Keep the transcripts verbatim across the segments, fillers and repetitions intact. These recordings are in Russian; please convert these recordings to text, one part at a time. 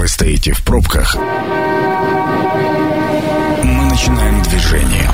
Вы стоите в пробках. Мы начинаем движение.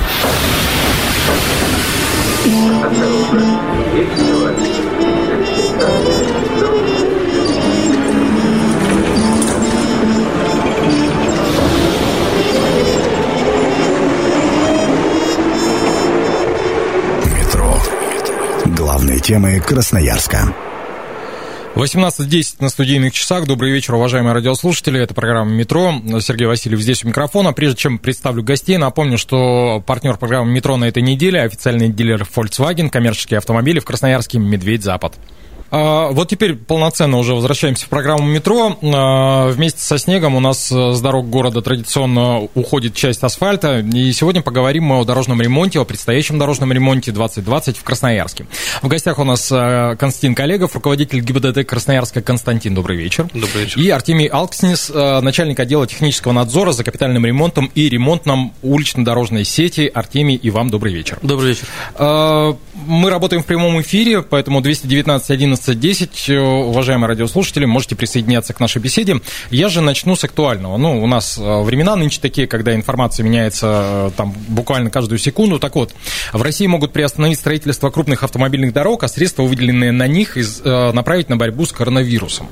Метро. Главные темы Красноярска. восемнадцать десять на студийных часах. Добрый вечер, уважаемые радиослушатели. Это программа «Метро». Сергей Васильев здесь у микрофона. Прежде чем представлю гостей, напомню, что партнер программы «Метро» на этой неделе — официальный дилер Volkswagen, коммерческие автомобили в Красноярске «Медведь Запад». Вот теперь полноценно уже возвращаемся в программу «Метро». Вместе со снегом у нас с дорог города традиционно уходит часть асфальта. И сегодня поговорим мы о дорожном ремонте, о предстоящем дорожном ремонте двадцать двадцать в Красноярске. В гостях у нас Константин Колегов, руководитель ГИБДД Красноярска. Константин, добрый вечер. Добрый вечер. И Артемий Алкснис, начальник отдела технического надзора за капитальным ремонтом и ремонтом улично-дорожной сети. Артемий, и вам добрый вечер. Добрый вечер. Мы работаем в прямом эфире, поэтому двести девятнадцать одиннадцать десять, уважаемые радиослушатели, можете присоединяться к нашей беседе. Я же начну с актуального. Ну, у нас времена нынче такие, когда информация меняется там буквально каждую секунду. Так вот, в России могут приостановить строительство крупных автомобильных дорог, а средства, выделенные на них, направить на борьбу с коронавирусом.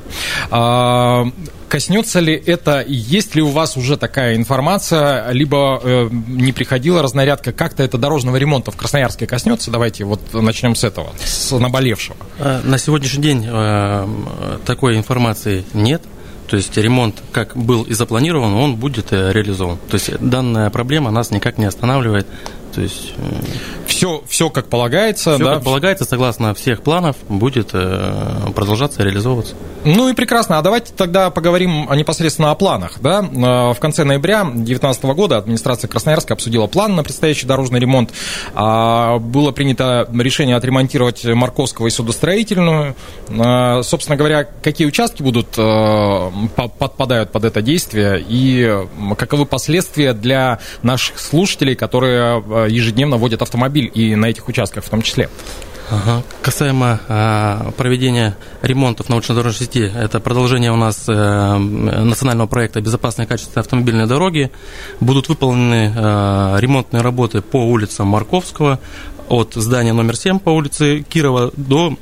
Коснется ли это, есть ли у вас уже такая информация, либо э, не приходила разнарядка, как-то это дорожного ремонта в Красноярске коснется? Давайте вот начнем с этого, с наболевшего. На сегодняшний день э, такой информации нет. То есть ремонт, как был и запланирован, он будет реализован. То есть данная проблема нас никак не останавливает. То есть все, все как полагается, все да? как полагается, согласно всех планов, будет продолжаться реализовываться. Ну и прекрасно. А давайте тогда поговорим непосредственно о планах. Да? В конце ноября две тысячи девятнадцатого года администрация Красноярска обсудила план на предстоящий дорожный ремонт. Было принято решение отремонтировать Марковского и Судостроительную. Собственно говоря, какие участки будут подпадают под это действие и каковы последствия для наших слушателей, которые ежедневно водят автомобиль и на этих участках в том числе? Ага. Касаемо а, проведения ремонтов на улично-дорожной сети, это продолжение у нас а, национального проекта «Безопасные и качественные автомобильные дороги». Будут выполнены а, ремонтные работы по улицам Марковского, от здания номер семь по улице Кирова до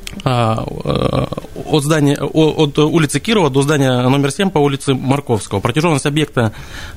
от, здания, от улицы Кирова до здания номер семь по улице Марковского. Протяженность объекта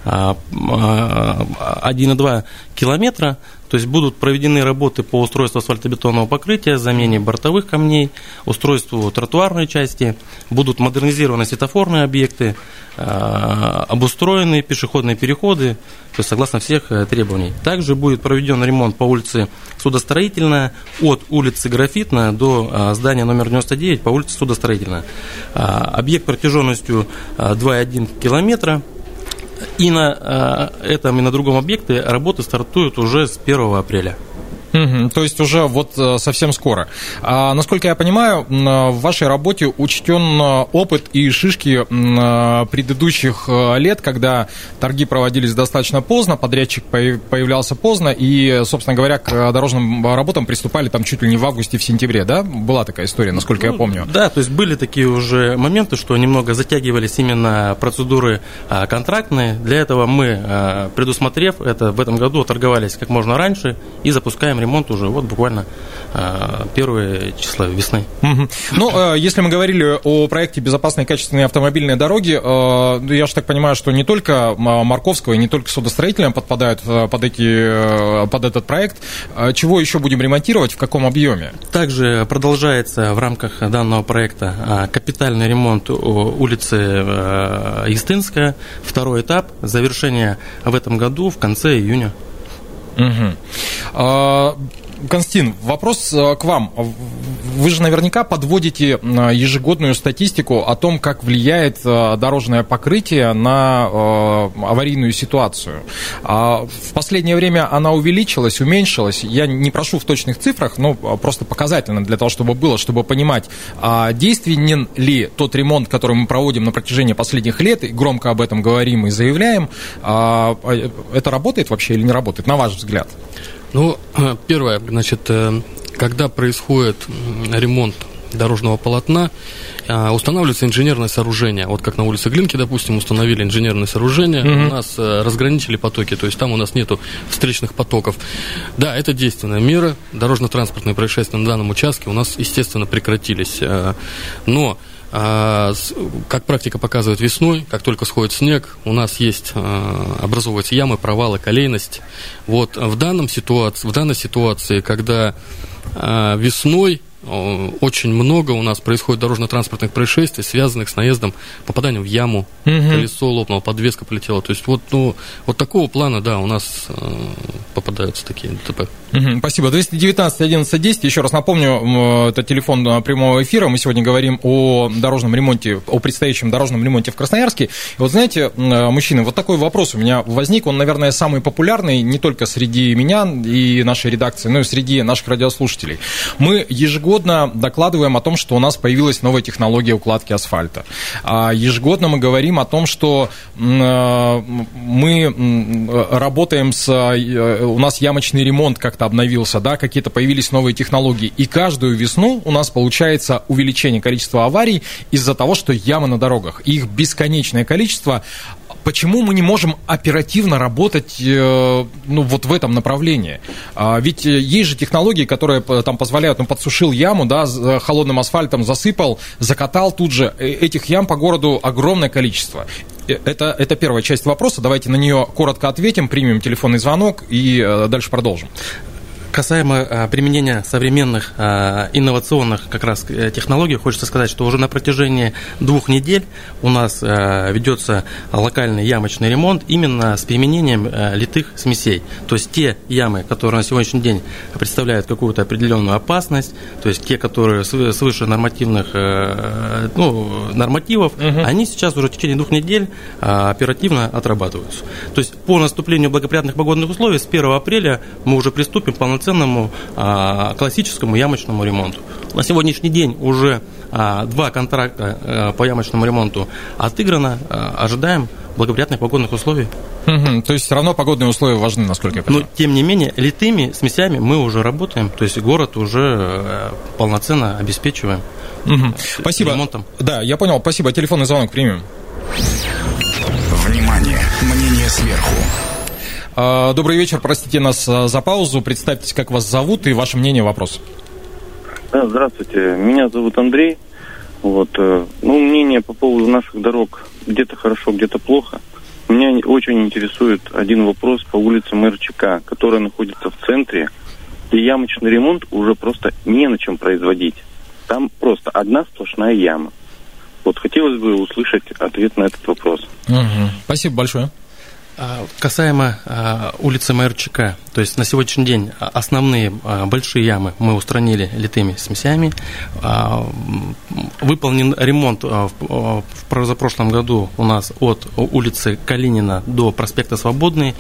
один и два километра. То есть будут проведены работы по устройству асфальтобетонного покрытия, замене бортовых камней, устройству тротуарной части, будут модернизированы светофорные объекты, обустроены пешеходные переходы, то есть согласно всех требований. Также будет проведен ремонт по улице Судостроительная от улицы Графитная до здания номер девяносто девять по улице Судостроительная. Объект протяженностью два и один километра. И на этом, и на другом объекте работы стартуют уже с первого апреля. Угу, то есть уже вот совсем скоро. А, насколько я понимаю, в вашей работе учтен опыт и шишки предыдущих лет, когда торги проводились достаточно поздно, подрядчик появлялся поздно, и, собственно говоря, к дорожным работам приступали там чуть ли не в августе, в сентябре, да? Была такая история, насколько ну, я помню. Да, то есть были такие уже моменты, что немного затягивались именно процедуры а, контрактные. Для этого мы, а, предусмотрев это, в этом году торговались как можно раньше и запускаем ремонт уже вот буквально э, первые числа весны. Угу. Ну, э, если мы говорили о проекте «Безопасные и качественные автомобильные дороги», э, я же так понимаю, что не только Марковского и не только Судостроительная подпадают под, эти, под этот проект. Чего еще будем ремонтировать, в каком объеме? Также продолжается в рамках данного проекта капитальный ремонт улицы Истинская, второй этап, завершение в этом году в конце июня. Угу. Константин, вопрос к вам. Вы же наверняка подводите ежегодную статистику о том, как влияет дорожное покрытие на аварийную ситуацию. В последнее время она увеличилась, уменьшилась. Я не прошу в точных цифрах, но просто показательно для того, чтобы было, чтобы понимать, действенен ли тот ремонт, который мы проводим на протяжении последних лет, и громко об этом говорим и заявляем. Это работает вообще или не работает, на ваш взгляд? Ну, первое, значит, когда происходит ремонт дорожного полотна устанавливается инженерное сооружение. Вот как на улице Глинки, допустим, установили инженерное сооружение, mm-hmm. у нас разграничили потоки, то есть там у нас нету встречных потоков. Да, это действенная мера. Дорожно-транспортные происшествия на данном участке у нас, естественно, прекратились. Но как практика показывает, весной, как только сходит снег, у нас есть, образовываются ямы, провалы, колейность. Вот в, данном ситуации, в данной ситуации, когда весной очень много у нас происходит дорожно-транспортных происшествий, связанных с наездом, попаданием в яму, угу. колесо лопнуло, подвеска полетела. То есть вот, ну, вот такого плана, да, у нас э, попадаются такие ДТП. Угу, спасибо. двести девятнадцать одиннадцать десять. Еще раз напомню, это телефон прямого эфира. Мы сегодня говорим о дорожном ремонте, о предстоящем дорожном ремонте в Красноярске. И вот знаете, мужчины, вот такой вопрос у меня возник. Он, наверное, самый популярный не только среди меня и нашей редакции, но и среди наших радиослушателей. Мы ежегодно докладываем о том, что у нас появилась новая технология укладки асфальта. Ежегодно мы говорим о том, что мы работаем с... У нас ямочный ремонт как-то обновился, да, какие-то появились новые технологии. И каждую весну у нас получается увеличение количества аварий из-за того, что ямы на дорогах. Их бесконечное количество. Почему мы не можем оперативно работать, ну, вот в этом направлении? Ведь есть же технологии, которые там позволяют, ну, подсушил яму, да, холодным асфальтом засыпал, закатал тут же. Этих ям по городу огромное количество. Это, это первая часть вопроса. Давайте на нее коротко ответим, примем телефонный звонок и дальше продолжим. Касаемо а, применения современных а, инновационных как раз технологий, хочется сказать, что уже на протяжении двух недель у нас а, ведется локальный ямочный ремонт именно с применением а, литых смесей. То есть те ямы, которые на сегодняшний день представляют какую-то определенную опасность, то есть те, которые свыше нормативных а, ну, нормативов, угу. они сейчас уже в течение двух недель а, оперативно отрабатываются. То есть по наступлению благоприятных погодных условий с первого апреля мы уже приступим к полноценному ценному а, классическому ямочному ремонту. На сегодняшний день уже а, два контракта а, по ямочному ремонту отыграно. А, ожидаем благоприятных погодных условий. Угу, то есть все равно погодные условия важны, насколько я понимаю. Но тем не менее литыми смесями мы уже работаем, то есть город уже а, полноценно обеспечиваем угу. Спасибо. ремонтом. Да, я понял. Спасибо. Телефонный звонок примем. Внимание! Мнение сверху. Добрый вечер, простите нас за паузу. Представьтесь, как вас зовут и ваше мнение, вопрос. Да, здравствуйте. Меня зовут Андрей. Вот, ну, мнение по поводу наших дорог где-то хорошо, где-то плохо. Меня очень интересует один вопрос по улице Мэрчика, которая находится в центре, и ямочный ремонт уже просто не на чем производить. Там просто одна сплошная яма. Вот хотелось бы услышать ответ на этот вопрос. Угу. Спасибо большое. Касаемо а, улицы Майорчика, то есть на сегодняшний день основные а, большие ямы мы устранили литыми смесями. А, выполнен ремонт а, в, в позапрошлом году у нас от улицы Калинина до проспекта Свободный.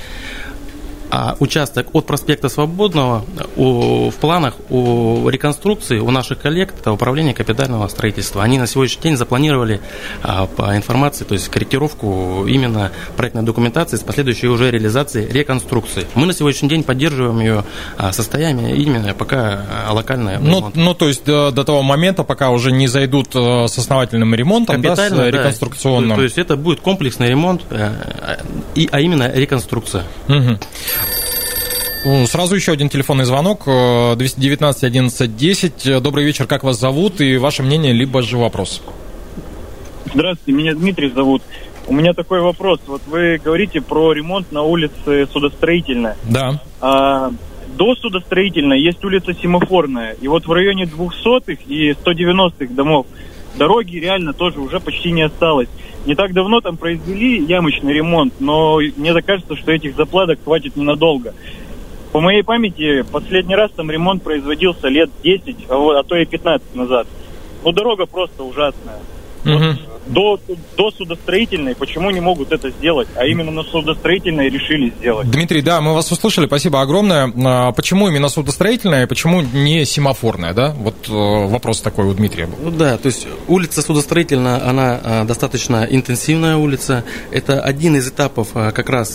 А участок от проспекта Свободного у, в планах о реконструкции у наших коллег, это управление капитального строительства. Они на сегодняшний день запланировали а, по информации, то есть корректировку именно проектной документации с последующей уже реализацией реконструкции. Мы на сегодняшний день поддерживаем ее а, состояние именно пока а, локальное. Ну, ну, то есть до, до того момента, пока уже не зайдут а, с основательным ремонтом, да, с да, реконструкционным. То, то есть это будет комплексный ремонт, а, и, а именно реконструкция. Угу. Сразу еще один телефонный звонок, двести девятнадцать одиннадцать десять. Добрый вечер, как вас зовут и ваше мнение, либо же вопрос? Здравствуйте, меня Дмитрий зовут. У меня такой вопрос. Вот вы говорите про ремонт на улице Судостроительная. Да. А, до Судостроительной есть улица Семафорная. И вот в районе двухсотых и сто девяностых домов дороги реально тоже уже почти не осталось. Не так давно там произвели ямочный ремонт, но мне так кажется, что этих заплаток хватит ненадолго. По моей памяти, последний раз там ремонт производился лет десять, а то и пятнадцать назад. Ну, дорога просто ужасная. Угу. Вот до, до Судостроительной почему не могут это сделать? А именно на Судостроительной решили сделать. Дмитрий, да, мы вас услышали, спасибо огромное. Почему именно Судостроительная, почему не Семафорная, да? Вот вопрос такой у Дмитрия был. Ну да, то есть улица Судостроительная, она достаточно интенсивная улица. Это один из этапов как раз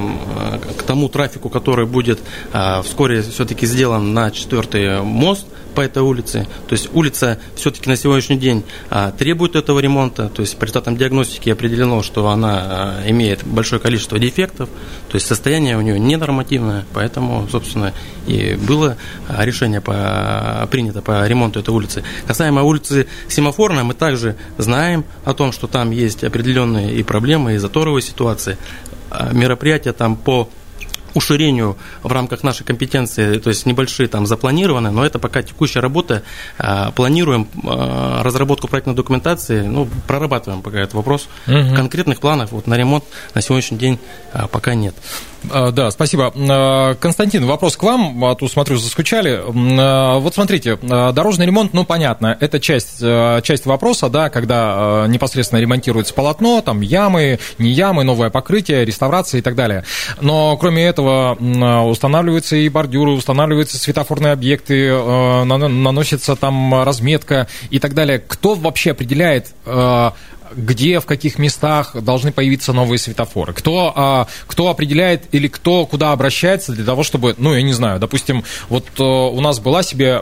к тому трафику, который будет вскоре все-таки сделан на четвертый мост по этой улице. То есть улица все-таки на сегодняшний день требует этого ремонта. То есть по результатам диагностики определено, что она имеет большое количество дефектов. То есть состояние у нее ненормативное. Поэтому, собственно, и было решение по, принято по ремонту этой улицы. Касаемо улицы Семафорной, мы также знаем о том, что там есть определенные и проблемы, и заторовые ситуации. Мероприятия там по уширению в рамках нашей компетенции, то есть небольшие там запланированы, но это пока текущая работа. Планируем разработку проектной документации, ну, прорабатываем пока этот вопрос. Угу. Конкретных планов вот на ремонт на сегодняшний день пока нет. Да, спасибо. Константин, вопрос к вам, а то, смотрю, заскучали. Вот смотрите, дорожный ремонт, ну, понятно, это часть, часть вопроса, да, когда непосредственно ремонтируется полотно, там ямы, не ямы, новое покрытие, реставрация и так далее. Но кроме этого устанавливаются и бордюры, устанавливаются светофорные объекты, наносится там разметка и так далее. Кто вообще определяет, где, в каких местах должны появиться новые светофоры? Кто, а, кто определяет или кто куда обращается для того, чтобы, ну, я не знаю, допустим, вот а, у нас была себе а,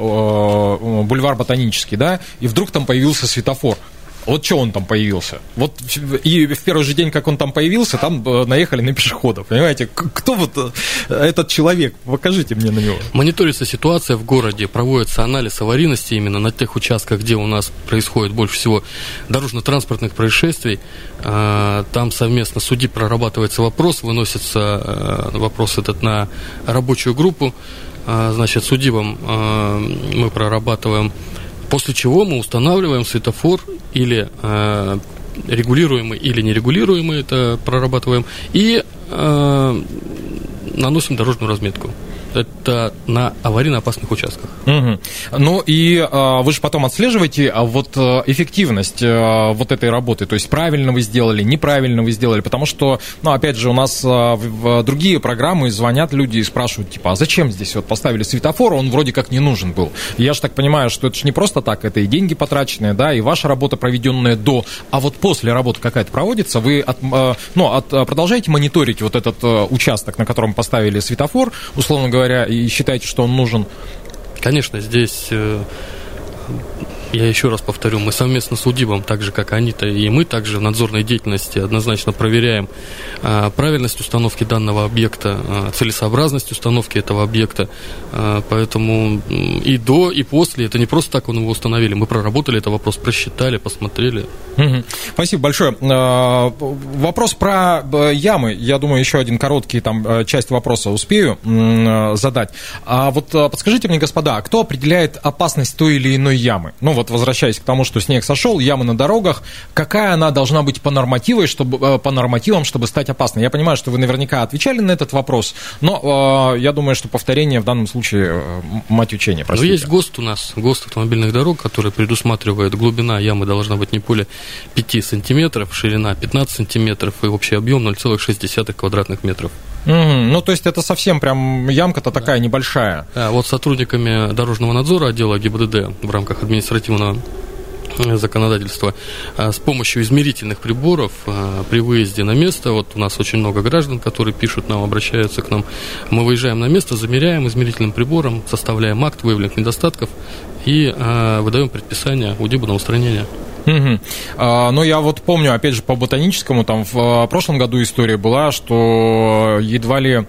а, бульвар Ботанический, да, и вдруг там появился светофор. Вот что он там появился? Вот и в первый же день, как он там появился, там наехали на пешеходов. Понимаете, кто вот этот человек? Покажите мне на него. Мониторится ситуация в городе, проводится анализ аварийности именно на тех участках, где у нас происходит больше всего дорожно-транспортных происшествий. Там совместно с судьей прорабатывается вопрос, выносится вопрос этот на рабочую группу. Значит, с судьей мы прорабатываем. После чего мы устанавливаем светофор или э, регулируемый, или нерегулируемый, это прорабатываем, и э, наносим дорожную разметку. Это на аварийно опасных участках. Угу. Ну и а, вы же потом отслеживаете а, вот, а, эффективность а, вот этой работы, то есть правильно вы сделали, неправильно вы сделали, потому что, ну, опять же, у нас а, в, в другие программы звонят люди и спрашивают, типа, а зачем здесь вот поставили светофор, он вроде как не нужен был. Я же так понимаю, что это же не просто так, это и деньги потраченные, да, и ваша работа, проведенная до, а вот после работы какая-то проводится, вы от, а, ну, от, продолжаете мониторить вот этот а, участок, на котором поставили светофор, условно говоря, и считаете, что он нужен? Конечно, здесь, э, я еще раз повторю, мы совместно с УДИБом, так же, как они-то и мы, также в надзорной деятельности однозначно проверяем э, правильность установки данного объекта, э, целесообразность установки этого объекта. Э, поэтому и до, и после, это не просто так он его установили, мы проработали этот вопрос, просчитали, посмотрели. Угу. Спасибо большое. Э, вопрос про ямы, я думаю, еще один короткий, там, часть вопроса успею э, задать. А вот э, подскажите мне, господа, кто определяет опасность той или иной ямы? Ну, вот возвращаясь к тому, что снег сошел, ямы на дорогах, какая она должна быть по нормативам, чтобы, по нормативам, чтобы стать опасной? Я понимаю, что вы наверняка отвечали на этот вопрос, но э, я думаю, что повторение в данном случае э, мать учения. Простите. Ну, есть ГОСТ у нас, ГОСТ автомобильных дорог, который предусматривает, глубина ямы должна быть не более пяти сантиметров, ширина пятнадцать сантиметров и общий объем ноль целых шесть десятых квадратных метров. Mm-hmm. Ну, то есть это совсем прям ямка-то да. такая небольшая. Да, вот сотрудниками дорожного надзора отдела ГИБДД в рамках административного законодательства с помощью измерительных приборов при выезде на место, вот у нас очень много граждан, которые пишут нам, обращаются к нам, мы выезжаем на место, замеряем измерительным прибором, составляем акт выявленных недостатков и выдаем предписание УДИБу на устранение. Угу. А, ну, я вот помню, опять же, по ботаническому, там в прошлом году история была, что едва ли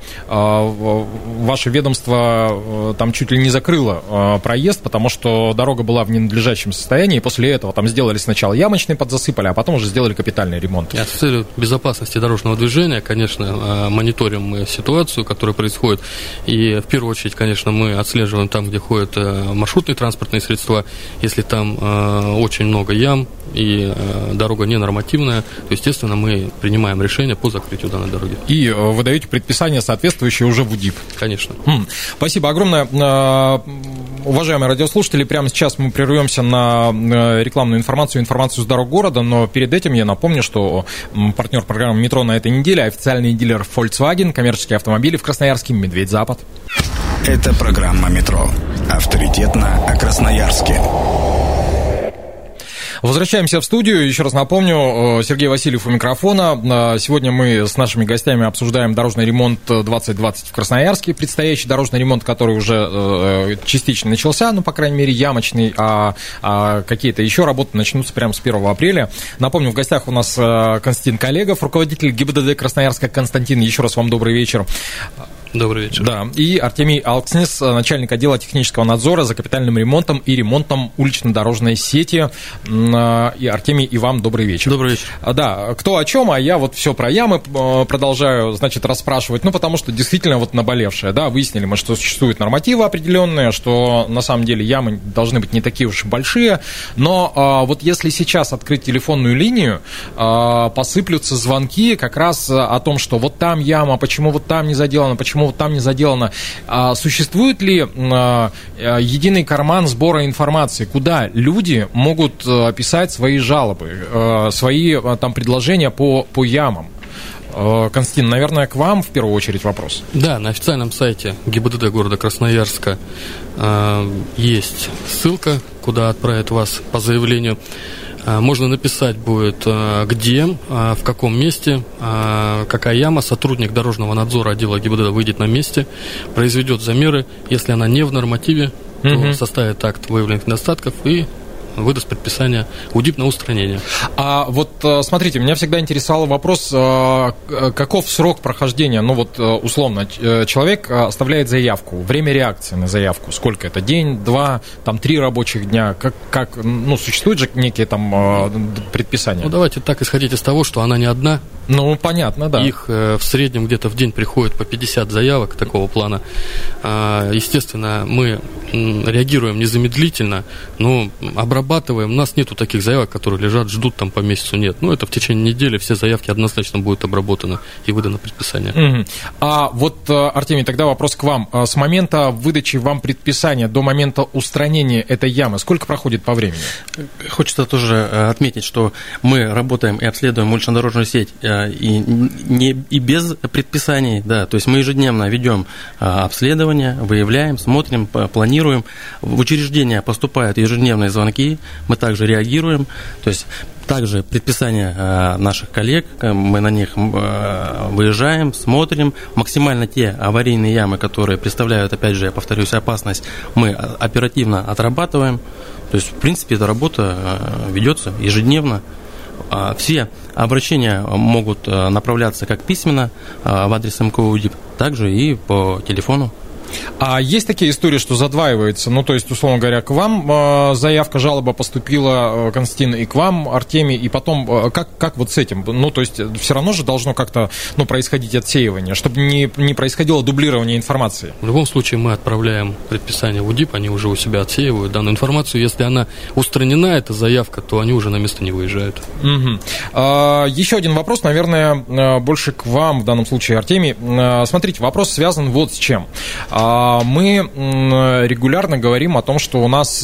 а, ваше ведомство там чуть ли не закрыло а, проезд, потому что дорога была в ненадлежащем состоянии, и после этого там сделали сначала ямочный подзасыпали, а потом уже сделали капитальный ремонт. С целью безопасности дорожного движения, конечно, мониторим мы ситуацию, которая происходит, и в первую очередь, конечно, мы отслеживаем там, где ходят маршрутные транспортные средства, если там очень много ям, и э, дорога ненормативная, то, естественно, мы принимаем решение по закрытию данной дороги. И э, вы даете предписание, соответствующее уже в УДИБ. Конечно. Хм. Спасибо огромное. Э, уважаемые радиослушатели, прямо сейчас мы прервемся на рекламную информацию, информацию с дорог города, но перед этим я напомню, что партнер программы «Метро» на этой неделе — официальный дилер Volkswagen, коммерческие автомобили в Красноярске, «Медведь-Запад». Это программа «Метро». Авторитетно о Красноярске. Возвращаемся в студию. Еще раз напомню, Сергей Васильев у микрофона. Сегодня мы с нашими гостями обсуждаем дорожный ремонт двадцать двадцать в Красноярске. Предстоящий дорожный ремонт, который уже частично начался, ну, по крайней мере, ямочный, а, а какие-то еще работы начнутся прямо с первого апреля. Напомню, в гостях у нас Константин Коллегов, руководитель ГИБДД Красноярска. Константин, еще раз вам добрый вечер. Добрый вечер. Да, и Артемий Алкснис, начальник отдела технического надзора за капитальным ремонтом и ремонтом улично-дорожной сети. И, Артемий, и вам добрый вечер. Добрый вечер. Да, кто о чем, а я вот все про ямы продолжаю, значит, расспрашивать, ну, потому что действительно вот наболевшее, да, выяснили мы, что существуют нормативы определенные, что на самом деле ямы должны быть не такие уж большие, но вот если сейчас открыть телефонную линию, посыплются звонки как раз о том, что вот там яма, почему вот там не заделано, почему вот там не заделано. А существует ли а, единый карман сбора информации, куда люди могут а, писать свои жалобы, а, свои а, там предложения по, по ямам? А, Константин, наверное, к вам в первую очередь вопрос. Да, на официальном сайте ГИБДД города Красноярска а, есть ссылка, куда отправят вас по заявлению. Можно написать будет, где, в каком месте, какая яма. Сотрудник дорожного надзора отдела ГИБДД выйдет на месте, произведет замеры. Если она не в нормативе, то угу. составит акт выявленных недостатков и выдаст предписание УДИП на устранение. А вот смотрите, меня всегда интересовал вопрос, каков срок прохождения? Ну вот условно, человек оставляет заявку, время реакции на заявку, сколько это? День, два, там три рабочих дня? Как, как, ну, существуют же некие там предписания? Ну давайте так исходить из того, что она не одна. Ну, понятно, да. Их в среднем где-то в день приходит по пятьдесят заявок такого плана. Естественно, мы реагируем незамедлительно, но обрабатываем. У нас нету таких заявок, которые лежат, ждут там по месяцу. Нет. Ну, это в течение недели все заявки однозначно будут обработаны и выдано предписание. Mm-hmm. А вот, Артемий, тогда вопрос к вам. С момента выдачи вам предписания до момента устранения этой ямы сколько проходит по времени? Хочется тоже отметить, что мы работаем и обследуем улично-дорожную сеть и, не, и без предписаний, да, то есть мы ежедневно ведем обследование, выявляем, смотрим, планируем. В учреждения поступают ежедневные звонки, мы также реагируем, то есть также предписания наших коллег, мы на них выезжаем, смотрим. Максимально те аварийные ямы, которые представляют, опять же, я повторюсь, опасность, мы оперативно отрабатываем. То есть, в принципе, эта работа ведется ежедневно. Все обращения могут направляться как письменно в адрес МКУ УДИП, также и по телефону. А есть такие истории, что задваивается, ну, то есть, условно говоря, к вам э, заявка, жалоба поступила, Константин, и к вам, Артемий, и потом, э, как, как вот с этим? Ну, то есть, все равно же должно как-то, ну, происходить отсеивание, чтобы не, не происходило дублирование информации. В любом случае, мы отправляем предписание в УДИП, они уже у себя отсеивают данную информацию. Если она устранена, эта заявка, то они уже на место не выезжают. Угу. А, еще один вопрос, наверное, больше к вам, в данном случае, Артемий. Смотрите, вопрос связан вот с чем. Мы регулярно говорим о том, что у нас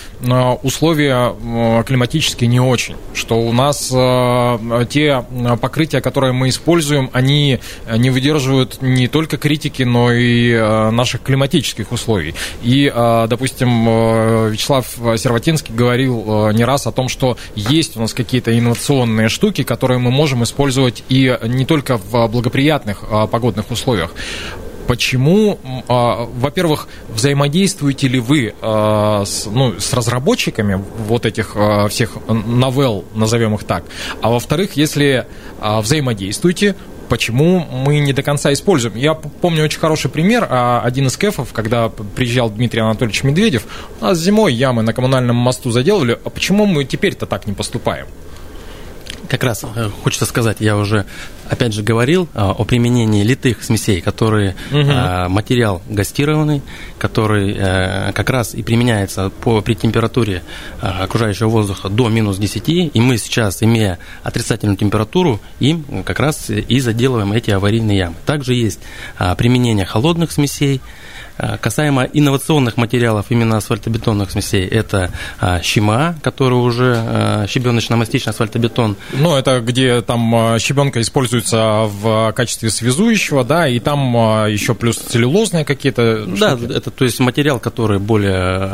условия климатические не очень, что у нас те покрытия, которые мы используем, они не выдерживают не только критики, но и наших климатических условий. И, допустим, Вячеслав Серватинский говорил не раз о том, что есть у нас какие-то инновационные штуки, которые мы можем использовать и не только в благоприятных погодных условиях. Почему, э, во-первых, взаимодействуете ли вы э, с, ну, с разработчиками вот этих э, всех новелл, назовем их так, а во-вторых, если э, взаимодействуете, почему мы не до конца используем? Я помню очень хороший пример, один из КЭФов, когда приезжал Дмитрий Анатольевич Медведев, у нас зимой ямы на коммунальном мосту заделывали, а почему мы теперь-то так не поступаем? Как раз хочется сказать, я уже опять же говорил о применении литых смесей, которые угу. материал гастированный, который как раз и применяется по, при температуре окружающего воздуха до минус десяти, и мы сейчас, имея отрицательную температуру, им как раз и заделываем эти аварийные ямы. Также есть применение холодных смесей, Касаемо инновационных материалов, именно асфальтобетонных смесей, это щема, который уже щебеночно-мастичный асфальтобетон. Ну, это где там щебенка используется в качестве связующего, да, и там еще плюс целлюлозные какие-то штуки. Да, это то есть материал, который более,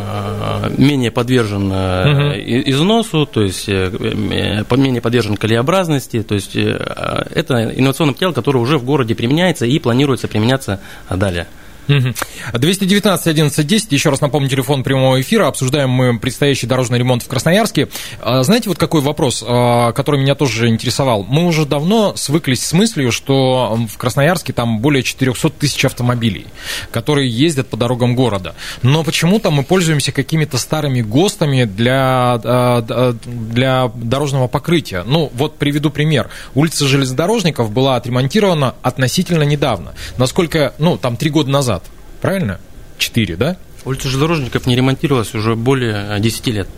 менее подвержен угу. износу, то есть менее подвержен колеобразности, то есть это инновационный материал, который уже в городе применяется и планируется применяться далее. двести девятнадцать одиннадцать десять, еще раз напомню, телефон прямого эфира, обсуждаем мы предстоящий дорожный ремонт в Красноярске. Знаете, вот какой вопрос, который меня тоже интересовал? Мы уже давно свыклись с мыслью, что в Красноярске там более четыреста тысяч автомобилей, которые ездят по дорогам города, но почему-то мы пользуемся какими-то старыми ГОСТами для, для дорожного покрытия. Ну, вот приведу пример. Улица Железнодорожников была отремонтирована относительно недавно, насколько, ну, там три года назад. Правильно? Четыре, да? Улица Железнодорожников не ремонтировалась уже более десяти лет.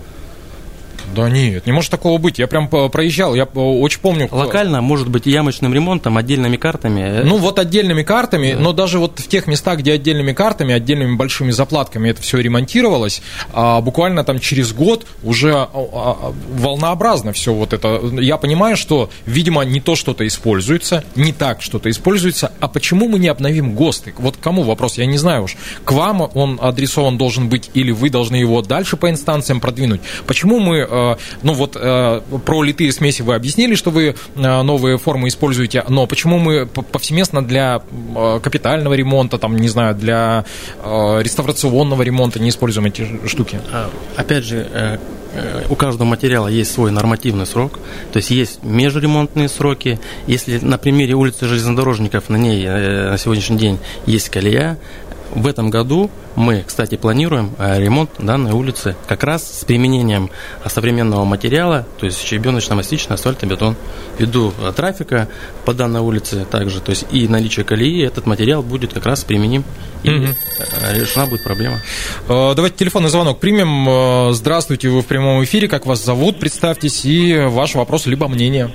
Да нет, не может такого быть. Я прям проезжал, я очень помню. Локально, может быть, ямочным ремонтом, отдельными картами. Ну, вот отдельными картами, да. Но даже вот в тех местах, где отдельными картами, отдельными большими заплатками это все ремонтировалось, а буквально там через год уже волнообразно все вот это. Я понимаю, что, видимо, не то что-то используется, не так что-то используется, а почему мы не обновим ГОСТы? Вот к кому вопрос, я не знаю уж. К вам он адресован должен быть, или вы должны его дальше по инстанциям продвинуть? Почему мы... Ну вот про литые смеси вы объяснили, что вы новые формы используете, но почему мы повсеместно для капитального ремонта, там, не знаю, для реставрационного ремонта не используем эти штуки? Опять же, у каждого материала есть свой нормативный срок, то есть есть межремонтные сроки. Если на примере улицы Железнодорожников на ней на сегодняшний день есть колея, в этом году мы, кстати, планируем ремонт данной улицы как раз с применением современного материала, то есть щебеночно-мастичный асфальтобетон. Ввиду трафика по данной улице также, то есть и наличие колеи, этот материал будет как раз применим, и угу. решена будет проблема. Давайте телефонный звонок примем. Здравствуйте, вы в прямом эфире, как вас зовут, представьтесь, и ваш вопрос, либо мнение.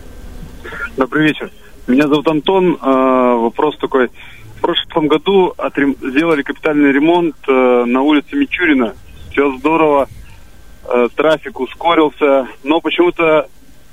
Добрый вечер. Меня зовут Антон. Вопрос такой. В прошлом году отрем... сделали капитальный ремонт э, на улице Мичурина. Все здорово, э, трафик ускорился, но почему-то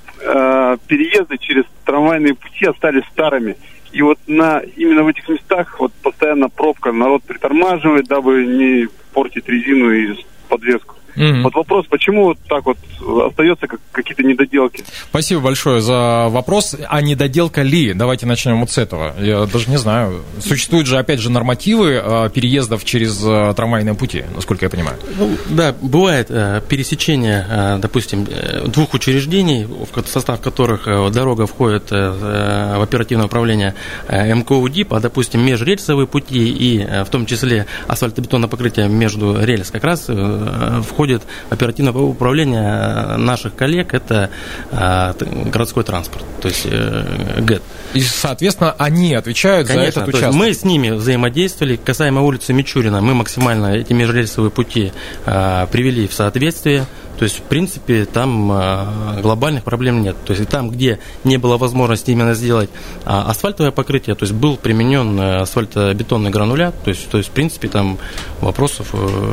э, переезды через трамвайные пути остались старыми. И вот на именно в этих местах вот постоянно пробка, народ притормаживает, дабы не портить резину и подвеску. Mm-hmm. Вот вопрос, почему вот так вот остается как, какие-то недоделки? Спасибо большое за вопрос. А недоделка ли? Давайте начнем вот с этого. Я даже не знаю. Существуют же, опять же, нормативы э, переездов через э, трамвайные пути, насколько я понимаю. Ну, да, бывает э, пересечение, э, допустим, двух учреждений, в состав которых э, дорога входит э, в оперативное управление э, МКУ-ДИП, а, допустим, межрельсовые пути и э, в том числе асфальтобетонное покрытие между рельс как раз э, входит входит оперативное управление наших коллег, это а, городской транспорт, то есть э, ГЭТ. И, соответственно, они отвечают Конечно, за этот участок. Мы с ними взаимодействовали. Касаемо улицы Мичурина, мы максимально эти межрельсовые пути а, привели в соответствие. То есть, в принципе, там а, глобальных проблем нет. То есть, там, где не было возможности именно сделать а, асфальтовое покрытие, то есть, был применен асфальтобетонный гранулят. То есть, то есть в принципе, там вопросов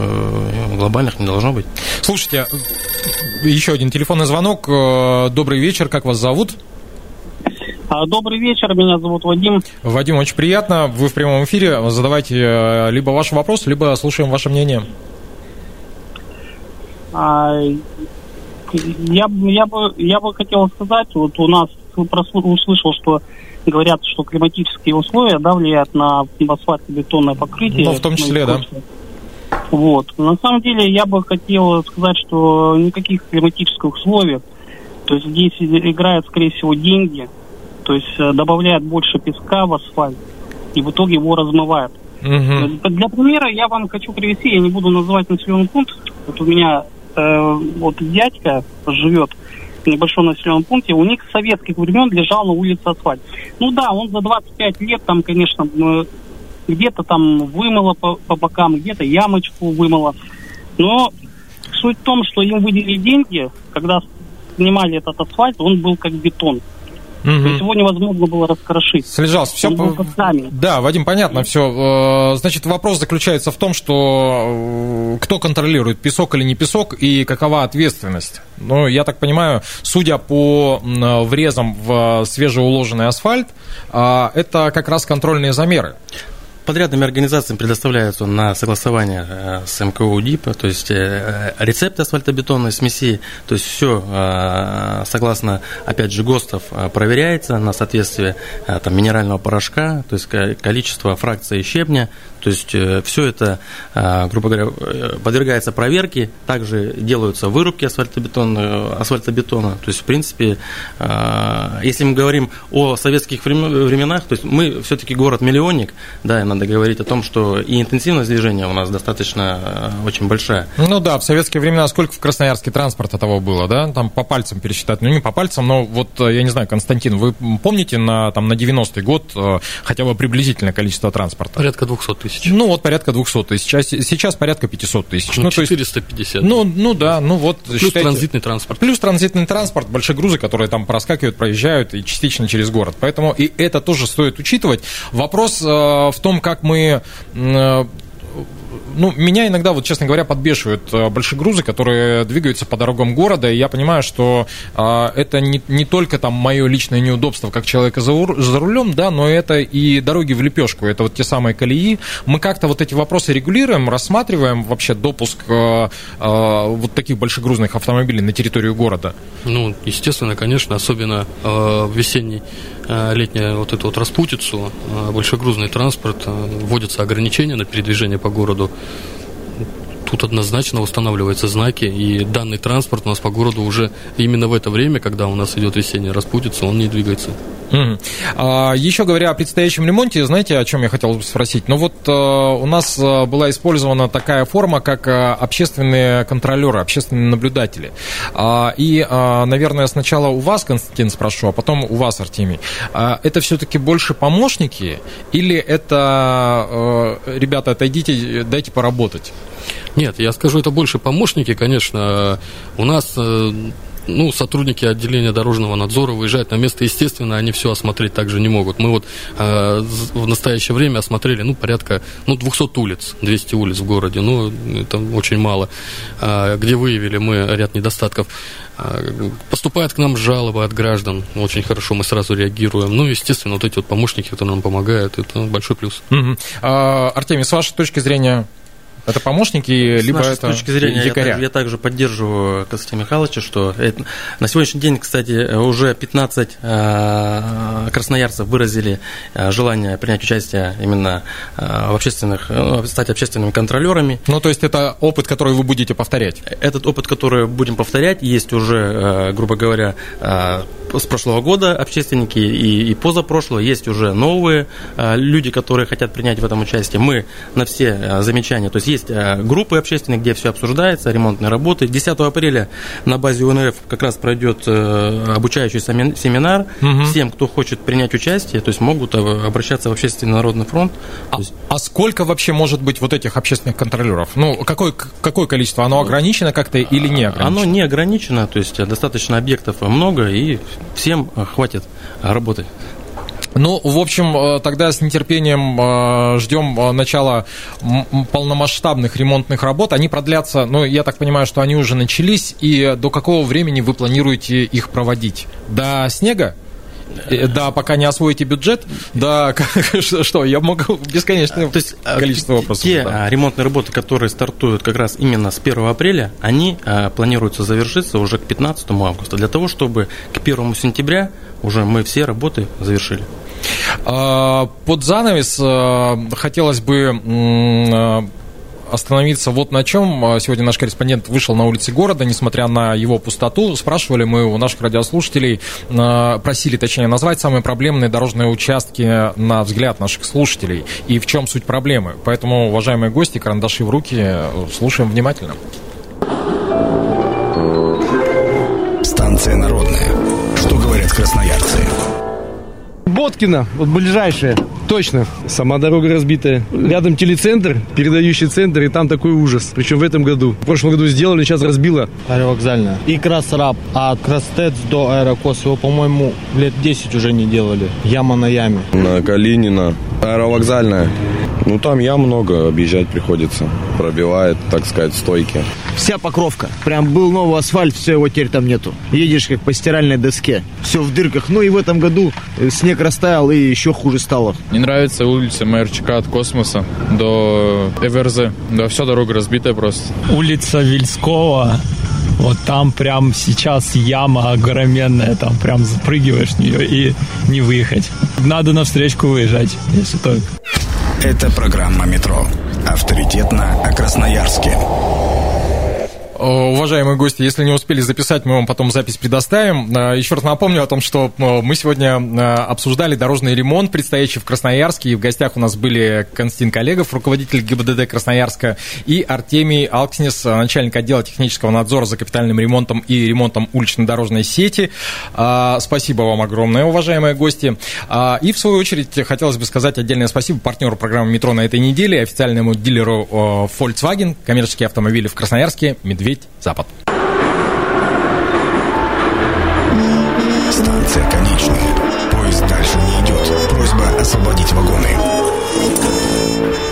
э, глобальных не должно быть. Слушайте, еще один телефонный звонок. Добрый вечер, как вас зовут? Добрый вечер, меня зовут Вадим. Вадим, очень приятно. Вы в прямом эфире. Задавайте либо ваш вопрос, либо слушаем ваше мнение. А, я, я, бы, я бы хотел сказать, вот у нас услышал, что говорят, что климатические условия, да, влияют на асфальтобетонное покрытие. Ну, в том числе, да. Вот. На самом деле, я бы хотел сказать, что никаких климатических условий, то есть здесь играют, скорее всего, деньги, то есть добавляют больше песка в асфальт, и в итоге его размывают. Угу. Для примера я вам хочу привести, я не буду называть населенный пункт, вот у меня э, вот дядька живет в небольшом населенном пункте, у них с советских времен лежал на улице асфальт. Ну да, он за двадцать пять лет там, конечно, где-то там вымыло по, по бокам, где-то ямочку вымыло, но суть в том, что им выделили деньги, когда снимали этот асфальт, он был как бетон. Mm-hmm. То есть его невозможно было раскрошить. Слежался, все... По... Да, Вадим, понятно все. Значит, вопрос заключается в том, что кто контролирует, песок или не песок, и какова ответственность. Ну, я так понимаю, судя по врезам в свежеуложенный асфальт, это как раз контрольные замеры. Подрядными организациями предоставляются на согласование с эм ка о ДИП, то есть рецепты асфальтобетонной смеси, то есть все согласно, опять же, ГОСТов проверяется на соответствие там, минерального порошка, то есть количество фракций щебня, то есть все это, грубо говоря, подвергается проверке, также делаются вырубки асфальтобетона, асфальтобетона, то есть, в принципе, если мы говорим о советских временах, то есть мы все-таки город-миллионник, да, и надо говорить о том, что и интенсивность движения у нас достаточно очень большая. Ну да, в советские времена сколько в Красноярске транспорта того было, да? Там по пальцам пересчитать, ну не по пальцам, но вот, я не знаю, Константин, вы помните на, там, на девяностый год хотя бы приблизительное количество транспорта? Порядка двести тысяч. Ну вот порядка двести тысяч, сейчас, сейчас порядка пятьсот тысяч. Ну, четыреста пятьдесят. Ну, ну да, ну вот. Плюс считайте, транзитный транспорт. Плюс транзитный транспорт, большие грузы, которые там проскакивают, проезжают и частично через город. Поэтому и это тоже стоит учитывать. Вопрос э, в том, как мы... Э, Ну, меня иногда, вот, честно говоря, подбешивают большие грузы, которые двигаются по дорогам города, и я понимаю, что а, это не, не только там мое личное неудобство как человека за, за рулем, да, но это и дороги в лепешку, это вот те самые колеи. Мы как-то вот эти вопросы регулируем, рассматриваем вообще допуск а, а, вот таких большегрузных автомобилей на территорию города? Ну, естественно, конечно, особенно а, в весенний летнюю вот эту вот распутицу, большегрузный транспорт, вводятся ограничения на передвижение по городу. Тут однозначно устанавливаются знаки, и данный транспорт у нас по городу уже именно в это время, когда у нас идет весенняя распутица, он не двигается. Mm-hmm. А, еще говоря о предстоящем ремонте, знаете, о чем я хотел спросить? Ну вот а, у нас а, была использована такая форма, как а, общественные контролеры, общественные наблюдатели. А, и, а, наверное, сначала у вас, Константин, спрошу, а потом у вас, Артемий. А, это все-таки больше помощники или это, а, ребята, отойдите, дайте поработать? Нет, я скажу, это больше помощники, конечно. У нас... Ну, сотрудники отделения дорожного надзора выезжают на место, естественно, они все осмотреть также не могут. Мы вот э, в настоящее время осмотрели, ну, порядка, ну, двести улиц, двести улиц в городе, ну, это очень мало, э, где выявили мы ряд недостатков. Э, поступают к нам жалобы от граждан, очень хорошо, мы сразу реагируем. Ну, естественно, вот эти вот помощники, которые нам помогают, это большой плюс. Угу. А, Артемий, с вашей точки зрения... Это помощники, с либо нашей это точки зрения, якоря? Я, также, я также поддерживаю Константина Михайловича, что это, на сегодняшний день, кстати, уже пятнадцать э, красноярцев выразили э, желание принять участие именно э, в общественных, э, стать общественными контролерами. Ну, то есть это опыт, который вы будете повторять? Этот опыт, который будем повторять, есть уже, э, грубо говоря, э, с прошлого года общественники и, и позапрошлого, есть уже новые э, люди, которые хотят принять в этом участие. Мы на все э, замечания, то есть есть группы общественные, где все обсуждается, ремонтные работы. десятого апреля на базе УНРФ как раз пройдет обучающий семинар. Угу. Всем, кто хочет принять участие, то есть могут обращаться в Общественный народный фронт. А, есть... а сколько вообще может быть вот этих общественных контролеров? Ну, какое, какое количество? Оно ограничено как-то или не ограничено? Оно не ограничено, то есть достаточно объектов много, и всем хватит работы. Ну, в общем, тогда с нетерпением ждем начала полномасштабных ремонтных работ. Они продлятся, ну, я так понимаю, что они уже начались. И до какого времени вы планируете их проводить? До снега? Да, пока не освоите бюджет, да, что, я могу бесконечное То есть, количество вопросов. Те да. ремонтные работы, которые стартуют как раз именно с первого апреля, они а, планируются завершиться уже к пятнадцатому августа, для того, чтобы к первому сентября уже мы все работы завершили. Под занавес хотелось бы остановиться вот на чем. Сегодня наш корреспондент вышел на улицы города, несмотря на его пустоту. Спрашивали мы у наших радиослушателей, просили, точнее, назвать самые проблемные дорожные участки на взгляд наших слушателей и в чем суть проблемы. Поэтому, уважаемые гости, карандаши в руки, слушаем внимательно. Станция народная. Что говорят красноярцы? Боткина, вот ближайшая. Точно. Сама дорога разбитая. Рядом телецентр, передающий центр, и там такой ужас. Причем в этом году. В прошлом году сделали, сейчас разбило. Аэровокзальная. И Красраб. А от Крастец до Аэрокос его, по-моему, лет десять уже не делали. Яма на яме. На Калинина. Аэровокзальная. Ну, там ям много, объезжать приходится. Пробивает, так сказать, стойки. Вся Покровка. Прям был новый асфальт, все, его теперь там нету. Едешь как по стиральной доске. Все в дырках. Ну и в этом году снег растаял, и еще хуже стало. Не нравится улица МРЧК от Космоса до ЭВРЗ. Да, вся дорога разбитая просто. Улица Вельского. Вот там прям сейчас яма огроменная, там прям запрыгиваешь в нее и не выехать. Надо на встречку выезжать, если только. Это программа «Метро». Авторитетно о Красноярске. Уважаемые гости, если не успели записать, мы вам потом запись предоставим. Еще раз напомню о том, что мы сегодня обсуждали дорожный ремонт, предстоящий в Красноярске. И в гостях у нас были Константин Колегов, руководитель ГИБДД Красноярска, и Артемий Алкснис, начальник отдела технического надзора за капитальным ремонтом и ремонтом улично-дорожной сети. Спасибо вам огромное, уважаемые гости. И, в свою очередь, хотелось бы сказать отдельное спасибо партнеру программы «Метро» на этой неделе, официальному дилеру Volkswagen, коммерческие автомобили в Красноярске, «Медведь Запад». Станция конечная. Поезд дальше не идет. Просьба освободить вагоны.